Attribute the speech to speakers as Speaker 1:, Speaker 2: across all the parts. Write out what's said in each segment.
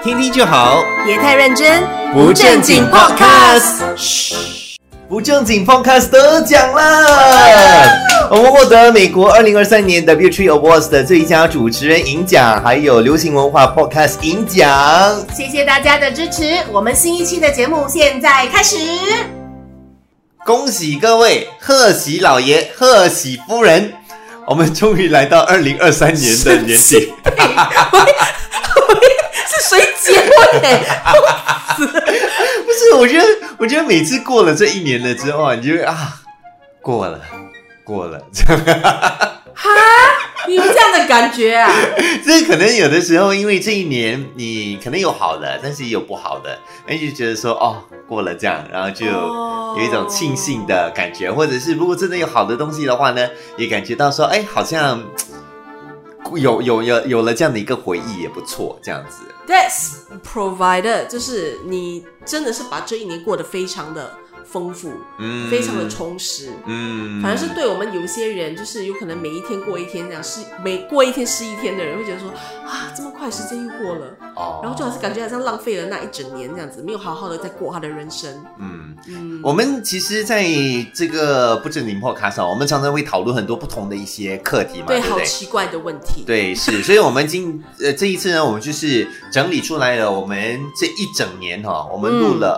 Speaker 1: 听听就好，
Speaker 2: 别太认真，
Speaker 1: 不正经 Podcast。嘘，不正经 Podcast 得奖了！我们获得美国2023年 W3 Awards 的最佳主持人银奖，还有流行文化 Podcast 银奖。
Speaker 2: 谢谢大家的支持，我们新一期的节目现在开始。
Speaker 1: 恭喜各位，贺喜老爷，贺喜夫人，我们终于来到2023年的年底。
Speaker 2: 是谁结婚
Speaker 1: 不是，我觉得每次过了这一年了之后，你就会过了这样。
Speaker 2: 哈，你有这样的感觉啊？
Speaker 1: 这可能有的时候，因为这一年你可能有好的，但是也有不好的，那就觉得说过了这样，然后就有一种庆幸的感觉，或者是如果真的有好的东西的话呢，也感觉到说，好像有了这样的一个回忆也不错，这样子。
Speaker 2: That's provided， 就是你真的是把这一年过得非常的丰富，非常的充实，反正是对我们有一些人，就是有可能每一天过一天这样，每过一天是一天的人，会觉得说这么快时间又过了，然后就好像感觉好像浪费了那一整年这样子，没有好好的在过他的人生。
Speaker 1: 我们其实在这个不正经 podcast 上，我们常常会讨论很多不同的一些课题嘛，对不对？
Speaker 2: 好奇怪的问题。对，
Speaker 1: 是，所以我们这一次呢，我们就是整理出来了，我们这一整年我们录了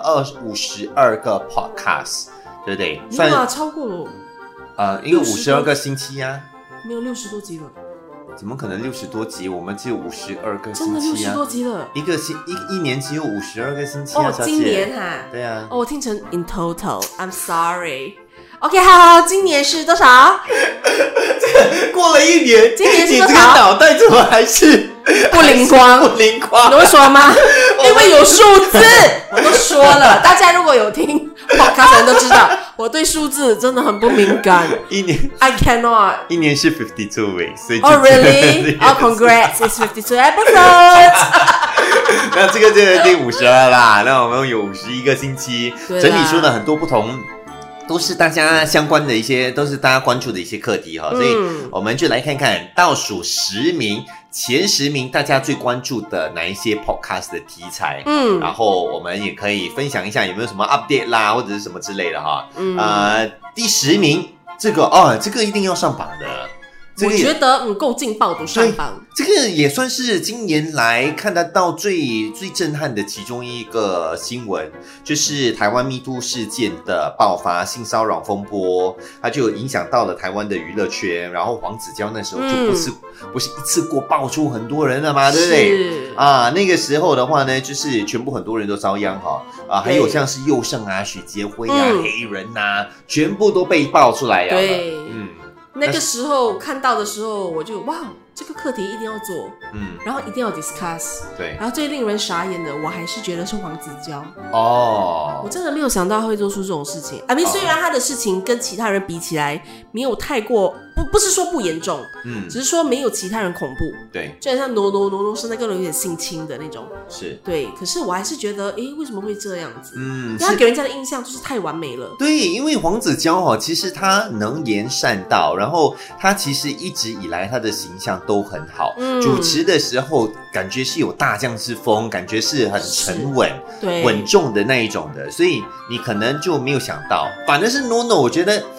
Speaker 1: 52个 podcast， 对不对？
Speaker 2: 没有啊，超过了。
Speaker 1: 因为52个星期啊，
Speaker 2: 没有60多集了。
Speaker 1: 怎么可能60多集？我们只有52个星期啊！
Speaker 2: 真的60多集了，
Speaker 1: 一年只有52个星期啊！
Speaker 2: 今年
Speaker 1: 对啊。
Speaker 2: 我听成 in total，I'm sorry。OK， 好，今年是多少？
Speaker 1: 过了一年，
Speaker 2: 今年是多少？
Speaker 1: 你这个脑袋怎么还是
Speaker 2: 不灵光？
Speaker 1: 不灵光？
Speaker 2: 你会说吗？因为有数字，我都说了。大家如果有听 podcast 的人都知道，我对数字真的很不敏感。
Speaker 1: 一年
Speaker 2: I cannot。
Speaker 1: 一年是52 weeks， 所以
Speaker 2: really？ congrats， it's 52 episodes。
Speaker 1: 那这个就是第52啦。那我们有51个星期，整理出了很多不同。都是大家相关的一些，都是大家关注的一些课题所以我们就来看看倒数10名，前10名大家最关注的哪一些 podcast 的题材，然后我们也可以分享一下有没有什么 update 啦，或者是什么之类的第10名这个一定要上榜的。
Speaker 2: 我觉得够劲爆都上榜，
Speaker 1: 这个也算是今年来看得到最震撼的其中一个新闻，就是台湾 MeToo 事件的爆发，性骚扰风波，它就影响到了台湾的娱乐圈。然后黄子佼那时候就不是一次过爆出很多人了嘛，对不对？那个时候的话呢，就是全部很多人都遭殃还有像是佑胜许杰辉黑人全部都被爆出来了。
Speaker 2: 对，那个时候看到的时候，我就这个课题一定要做，然后一定要 discuss，
Speaker 1: 对，
Speaker 2: 然后最令人傻眼的，我还是觉得是黄子佼我真的没有想到他会做出这种事情。虽然他的事情跟其他人比起来没有太过，不是说不严重，只是说没有其他人恐怖，
Speaker 1: 对，
Speaker 2: 就像no 是那个有点性侵的那种，
Speaker 1: 是
Speaker 2: 对，可是我还是觉得，为什么会这样子？他给人家的印象就是太完美了。
Speaker 1: 对，因为黄子佼其实他能言善道，然后他其实一直以来他的形象都很好，主持的时候感觉是有大将之风，感觉是很沉稳、稳重的那一种的，所以你可能就没有想到，反正是 NONO， 我觉得，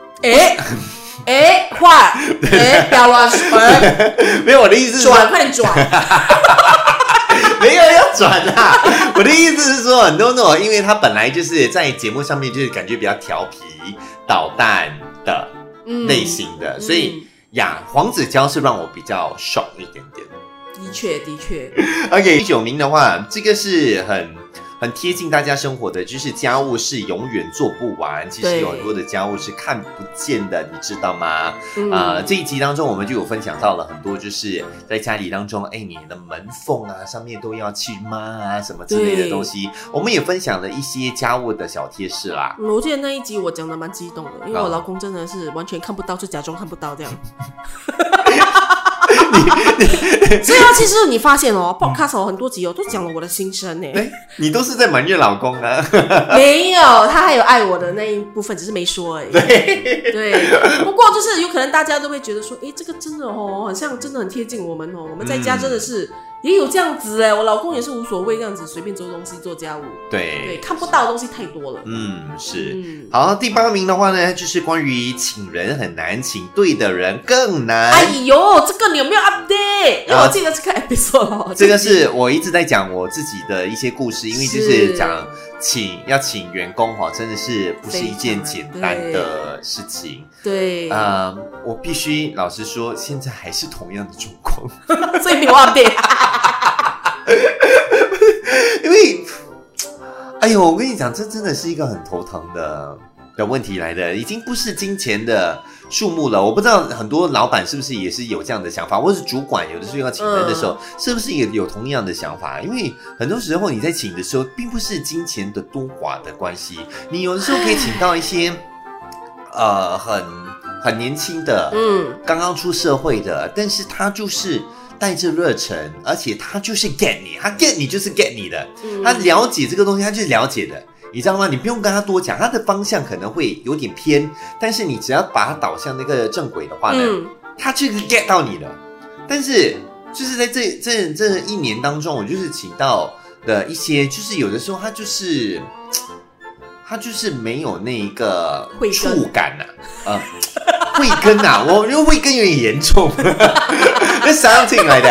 Speaker 2: 快，不要乱说，
Speaker 1: 没有，我的意思是
Speaker 2: 转，快点转。
Speaker 1: 没有要转我的意思是说 NONO， 因为他本来就是在节目上面就是感觉比较调皮捣蛋的类型的，所以黄子佼是让我比较 shock 一点点。
Speaker 2: 的确。
Speaker 1: OK， 第9名的话，这个是很贴近大家生活的，就是家务事永远做不完。其实有很多的家务是看不见的，你知道吗？这一集当中我们就有分享到了很多，就是在家里当中，你的门缝上面都要去抹什么之类的东西。我们也分享了一些家务的小贴士啦。
Speaker 2: 我记得那一集我讲的蛮激动的，因为我老公真的是完全看不到，就假装看不到这样。所以其实你发现podcast 很多集都讲了我的心声
Speaker 1: 你都是在埋怨老公啊？
Speaker 2: 没有，他还有爱我的那一部分，只是没说而已。对，不过就是有可能大家都会觉得说，这个真的好像真的很贴近我们我们在家真的是也有这样子我老公也是无所谓这样子随便做东西做家务，对，看不到的东西太多了。
Speaker 1: 是。好，第8名的话呢，就是关于请人很难，请对的人更难。
Speaker 2: 哎呦，这个你有没有 update？ 因为我记得这个 episode
Speaker 1: 这个是我一直在讲我自己的一些故事，因为就是讲要请员工真的是不是一件简单的事情。
Speaker 2: 对，
Speaker 1: 我必须老实说，现在还是同样的状况，
Speaker 2: 所以没有 update。
Speaker 1: 因为，哎呦，我跟你讲，这真的是一个很头疼的问题来的，已经不是金钱的数目了。我不知道很多老板是不是也是有这样的想法，或是主管有的时候要请人的时候，是不是也有同样的想法？因为很多时候你在请的时候，并不是金钱的多寡的关系，你有的时候可以请到一些很年轻的，刚刚出社会的，但是他就是带着热忱，而且他就是 get 你，他 get 你就是 get 你的，他了解这个东西，他就是了解的，你知道吗？你不用跟他多讲，他的方向可能会有点偏，但是你只要把他导向那个正轨的话呢，他就是 get 到你了。但是就是在这一年当中，我就是请到的一些，就是有的时候他就是没有那个触感慧根我觉得慧根有点严重，something like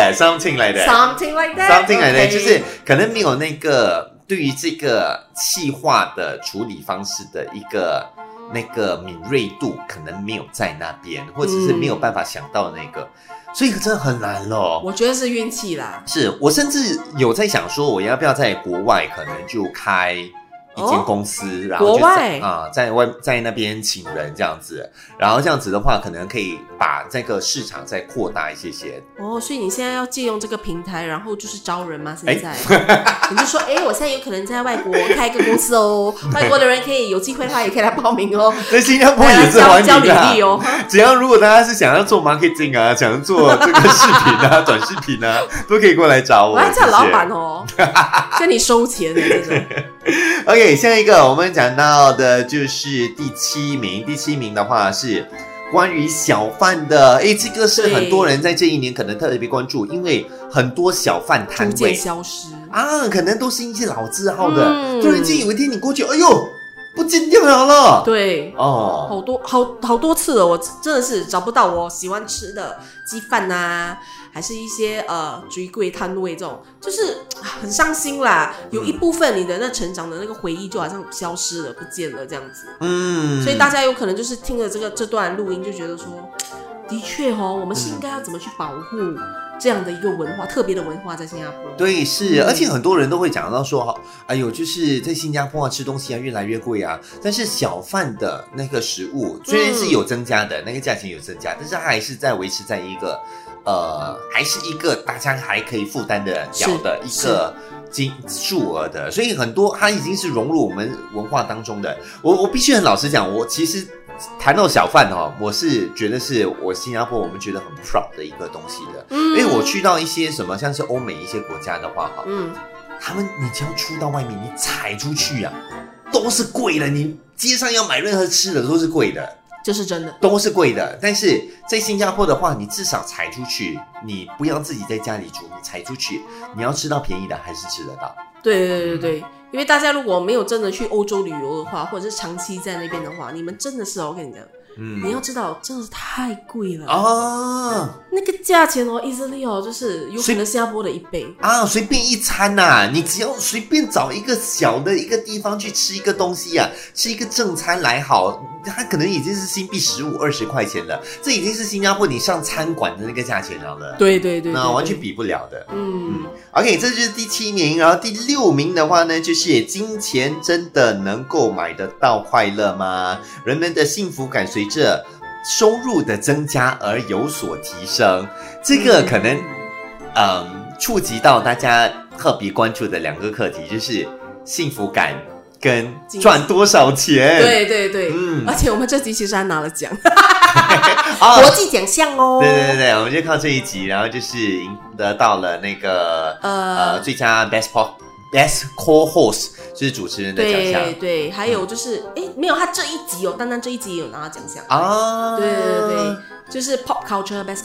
Speaker 1: that， 就是可能没有那个对于这个企划的处理方式的一个那个敏锐度，可能没有在那边，或者是没有办法想到那个，所以真的很难咯。
Speaker 2: 我觉得是运气啦。
Speaker 1: 是我甚至有在想说，我要不要在国外可能就开一间公司，然后就在那边请人这样子，然后这样子的话，可能可以把这个市场再扩大一些。
Speaker 2: 所以你现在要借用这个平台，然后就是招人吗？现在你就说，我现在有可能在外国开一个公司外国的人可以有机会的话，也可以来报名
Speaker 1: 在新加坡也是欢迎
Speaker 2: 交履历
Speaker 1: 只要如果大家是想要做 marketing 想要做这个视频短视频都可以过来找我。
Speaker 2: 我还叫老板跟你收钱的这种。
Speaker 1: OK， 下一个我们讲到的就是第7名。第7名的话是关于小贩的，这个是很多人在这一年可能特别关注，因为很多小贩摊位
Speaker 2: 逐渐消失
Speaker 1: 可能都是一些老字号的，突然间有一天你过去，哎呦，不见掉了。
Speaker 2: 对好多次了，我真的是找不到我喜欢吃的鸡饭还是一些水柜摊位，这种就是很伤心啦。有一部分你的那成长的那个回忆就好像消失了，不见了这样子。所以大家有可能就是听了这段录音就觉得说，的确我们是应该要怎么去保护这样的一个文化，特别的文化在新加坡。
Speaker 1: 对，是，而且很多人都会讲到说，哎呦，就是在新加坡吃东西越来越贵但是小贩的那个食物虽然是有增加的，那个价钱有增加，但是它还是在维持在一个还是一个大家还可以负担的了的一个数额的，所以很多它已经是融入我们文化当中的。我必须很老实讲，我其实谈到小贩我是觉得是我新加坡我们觉得很 proud 的一个东西的，因为我去到一些什么像是欧美一些国家的话他们你只要出到外面，你踩出去都是贵的，你街上要买任何吃的都是贵的，
Speaker 2: 就是真的
Speaker 1: 都是贵的。但是在新加坡的话，你至少踩出去，你不要自己在家里煮，你踩出去，你要吃到便宜的还是吃得到。
Speaker 2: 对，因为大家如果没有真的去欧洲旅游的话，或者是长期在那边的话，你们真的是我跟你讲，你要知道真的是太贵了那个价钱easily就是有可能新加坡的1倍
Speaker 1: 随便一餐你只要随便找一个小的一个地方去吃一个东西吃一个正餐来好，它可能已经是新币15-20块钱了，这已经是新加坡你上餐馆的那个价钱了。
Speaker 2: 对，
Speaker 1: 那完全比不了的。OK， 这就是第7名。然后第6名的话呢，就是金钱真的能够买得到快乐吗？人们的幸福感随着收入的增加而有所提升，这个可能触及到大家特别关注的2个课题，就是幸福感跟赚多少钱。
Speaker 2: 对，而且我们这集其实还拿了奖国际奖项
Speaker 1: 对，我们就靠这一集，然后就是赢得到了那个最佳 best co-host， 就是主持人的奖项。
Speaker 2: 对，还有就是没有，他这一集单单这一集也有拿到奖项
Speaker 1: 对，
Speaker 2: 就是 pop culture best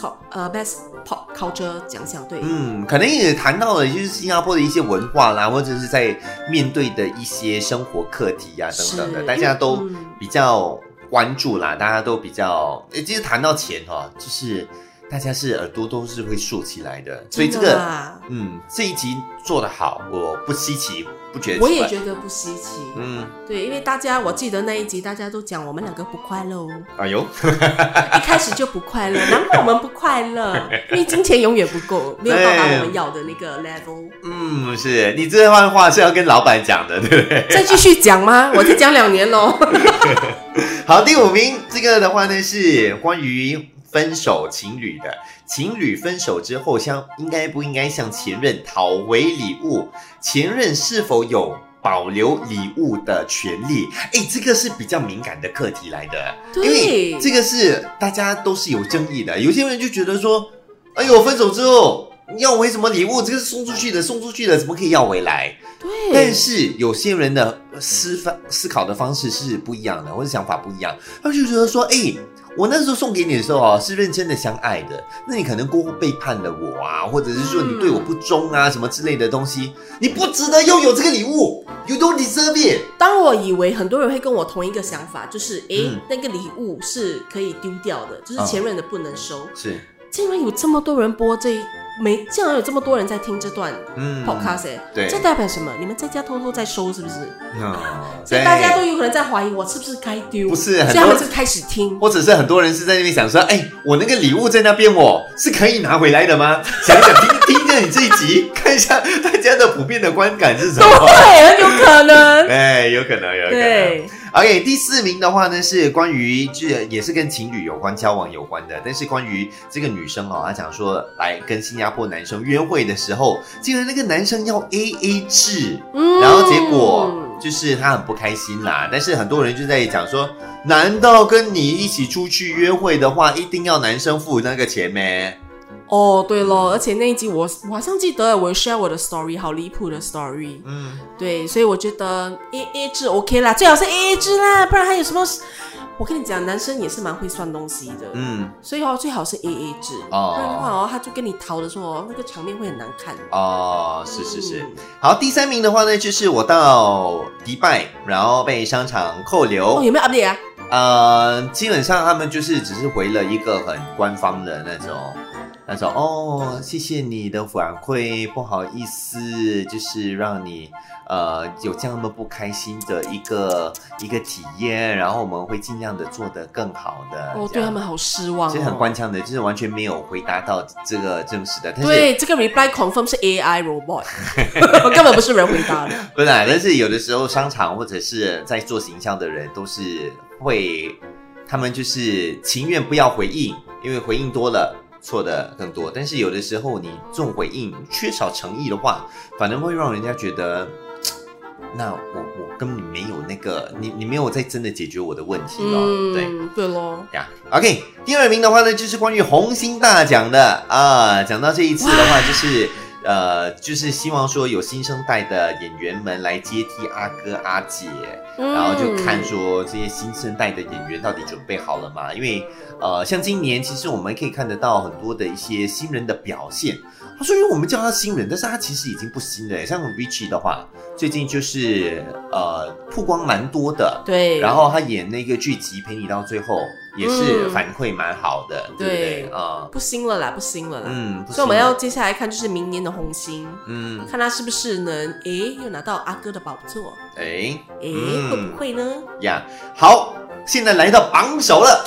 Speaker 2: pop culture 奖项，对，
Speaker 1: 可能也谈到了就是新加坡的一些文化啦，或者是在面对的一些生活课题啊等等的，大家都比较关注啦，大家都比较，其实谈到钱就是大家是耳朵都是会竖起来的，所以这个这一集做得好，我不稀奇，不觉得奇怪，
Speaker 2: 我也觉得不稀奇，对，因为我记得那一集大家都讲我们两个不快乐哦，
Speaker 1: 哎呦，
Speaker 2: 一开始就不快乐，难怪我们不快乐，因为金钱永远不够，没有到达我们要的那个 level。
Speaker 1: 是你这番话是要跟老板讲的，对不对？
Speaker 2: 再继续讲吗？我再讲2年咯。
Speaker 1: 好，第5名这个的话呢是关于分手情侣的，情侣分手之后应该不应该向前任讨回礼物？前任是否有保留礼物的权利？这个是比较敏感的课题来的，因为这个是大家都是有争议的。有些人就觉得说，哎呦，分手之后要回什么礼物？这个是送出去的，怎么可以要回来？
Speaker 2: 对。
Speaker 1: 但是有些人的思考的方式是不一样的，或者想法不一样，他就觉得说，我那时候送给你的时候是认真的相爱的，那你可能过后背叛了我啊，或者是说你对我不忠啊，什么之类的东西，你不值得拥有这个礼物 ，You don't deserve it。
Speaker 2: 当我以为很多人会跟我同一个想法，就是那个礼物是可以丢掉的，就是前任的不能收。
Speaker 1: 是，竟
Speaker 2: 然有这么多人播竟然有这么多人在听这段 podcast，
Speaker 1: 对，
Speaker 2: 这代表什么？你们在家偷偷在收是不是？所以大家都有可能在怀疑我是不是该丢，
Speaker 1: 不是，所
Speaker 2: 以他们就开始听，
Speaker 1: 或者是很多人是在那边想说，我那个礼物在那边，我是可以拿回来的吗？想听一下你这一集，看一下大家的普遍的观感是什么？
Speaker 2: 对，很有可能，
Speaker 1: 有可能。
Speaker 2: 对。
Speaker 1: OK， 第4名的话呢是关于也是跟情侣有关、交往有关的，但是关于这个女生她讲说来跟新加坡男生约会的时候，竟然那个男生要 AA 制，然后结果就是他很不开心啦。但是很多人就在讲说，难道跟你一起出去约会的话，一定要男生付那个钱咩？
Speaker 2: 对咯，而且那一集我好像记得我 share 我的 story， 好离谱的 story。对，所以我觉得 AA 制 OK 啦，最好是 AA 制啦，不然还有什么？我跟你讲，男生也是蛮会算东西的，所以最好是 AA 制，不然的话他就跟你讨的时候那个场面会很难看。
Speaker 1: 是。好，第3名的话呢，就是我到迪拜，然后被商场扣留。
Speaker 2: 有没有 update 啊？
Speaker 1: 基本上他们就是只是回了一个很官方的那种谢谢你的反馈，不好意思，就是让你有这样那么不开心的一个体验，然后我们会尽量的做得更好的。
Speaker 2: 对他们好失望，
Speaker 1: 其实很官腔的，就是完全没有回答到这个真实的。
Speaker 2: 对，这个 reply confirm 是 AI robot， 根本不是人回答的。
Speaker 1: 不是，但是有的时候商场或者是在做行销的人都是他们就是情愿不要回应，因为回应多了错的更多，但是有的时候你这种回应缺少诚意的话，反而会让人家觉得，那我根本没有那个你没有在真的解决我的问题了，
Speaker 2: 对咯
Speaker 1: 呀。OK， 第2名的话呢，就是关于红星大奖的讲到这一次的话，就是希望说有新生代的演员们来接替阿哥阿姐，然后就看说这些新生代的演员到底准备好了吗？因为像今年其实我们可以看得到很多的一些新人的表现。所以我们叫他新人，但是他其实已经不新了。像 Richie 的话，最近就是曝光蛮多的，
Speaker 2: 对。
Speaker 1: 然后他演那个剧集《陪你到最后》也是反馈蛮好的，对不对？
Speaker 2: 不新了啦。所以我们要接下来看就是明年的红星，看他是不是能又拿到阿哥的宝座，会不会呢？
Speaker 1: 好，现在来到榜首了，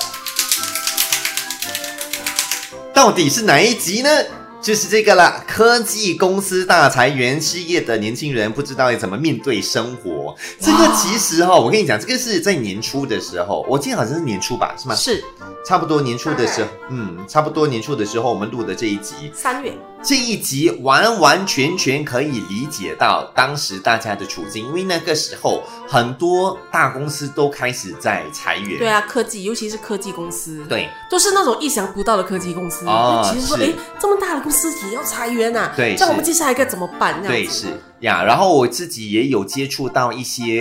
Speaker 1: 到底是哪一集呢？就是这个啦，科技公司大裁员，失业的年轻人不知道要怎么面对生活。这个其实我跟你讲，这个是在年初的时候，我记得好像是年初吧，是吗？
Speaker 2: 是，
Speaker 1: 差不多年初的时候，差不多年初的时候我们录的这一集
Speaker 2: ，3月。
Speaker 1: 这一集完完全全可以理解到当时大家的处境，因为那个时候很多大公司都开始在裁员。
Speaker 2: 对啊，科技，尤其是科技公司，
Speaker 1: 对，
Speaker 2: 都是那种意想不到的科技公司。其实说，这么大的公司也要裁员啊，这样我们接下来该怎么办？
Speaker 1: 对，是呀。然后我自己也有接触到一些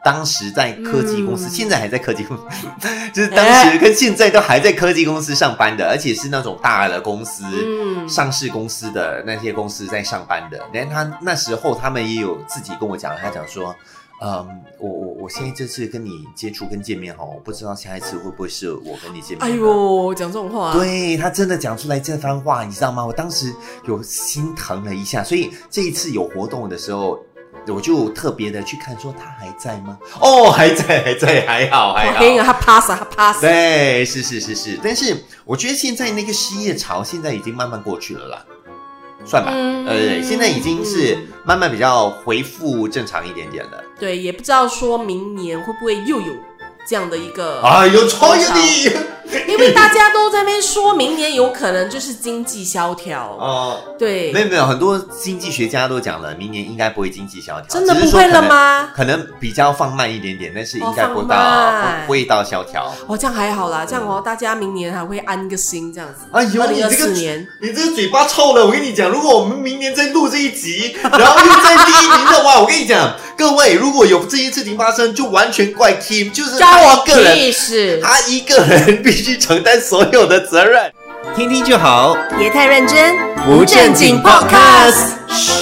Speaker 1: 当时在科技公司，现在还在科技公司，就是当时跟现在都还在科技公司上班的，而且是那种大的公司，上市公司的那些公司在上班的。然后他那时候他们也有自己跟我讲，他讲说，我现在这次跟你接触跟见面我不知道下一次会不会是我跟你见面。
Speaker 2: 哎呦，讲这种话，
Speaker 1: 对，他真的讲出来这番话，你知道吗？我当时有心疼了一下，所以这一次有活动的时候。我就特别的去看，说他还在吗？哦，还在，还好。
Speaker 2: 他 pass。
Speaker 1: 对，是。但是我觉得现在那个失业潮，现在已经慢慢过去了啦，算吧。现在已经是慢慢比较恢复正常一点点了。
Speaker 2: 对，也不知道说明年会不会又有这样的一个
Speaker 1: 有创意力。
Speaker 2: 因为大家都在那边说明年有可能就是经济萧条对，
Speaker 1: 没有，很多经济学家都讲了，明年应该不会经济萧条，
Speaker 2: 真的不会了吗？
Speaker 1: 可能比较放慢一点点，但是应该不会到萧条。
Speaker 2: 这样还好啦，这样大家明年还会安个心这样子。
Speaker 1: 哎呦
Speaker 2: ，2024年，
Speaker 1: 你这个嘴巴臭了！我跟你讲，如果我们明年再录这一集，然后又在第一名的话，我跟你讲，各位如果有这一事情发生，就完全怪 Kim， 就是他一个人，他一个人必须承担所有的责任。听听就好，
Speaker 2: 别太认真，
Speaker 1: 不正经 Podcast。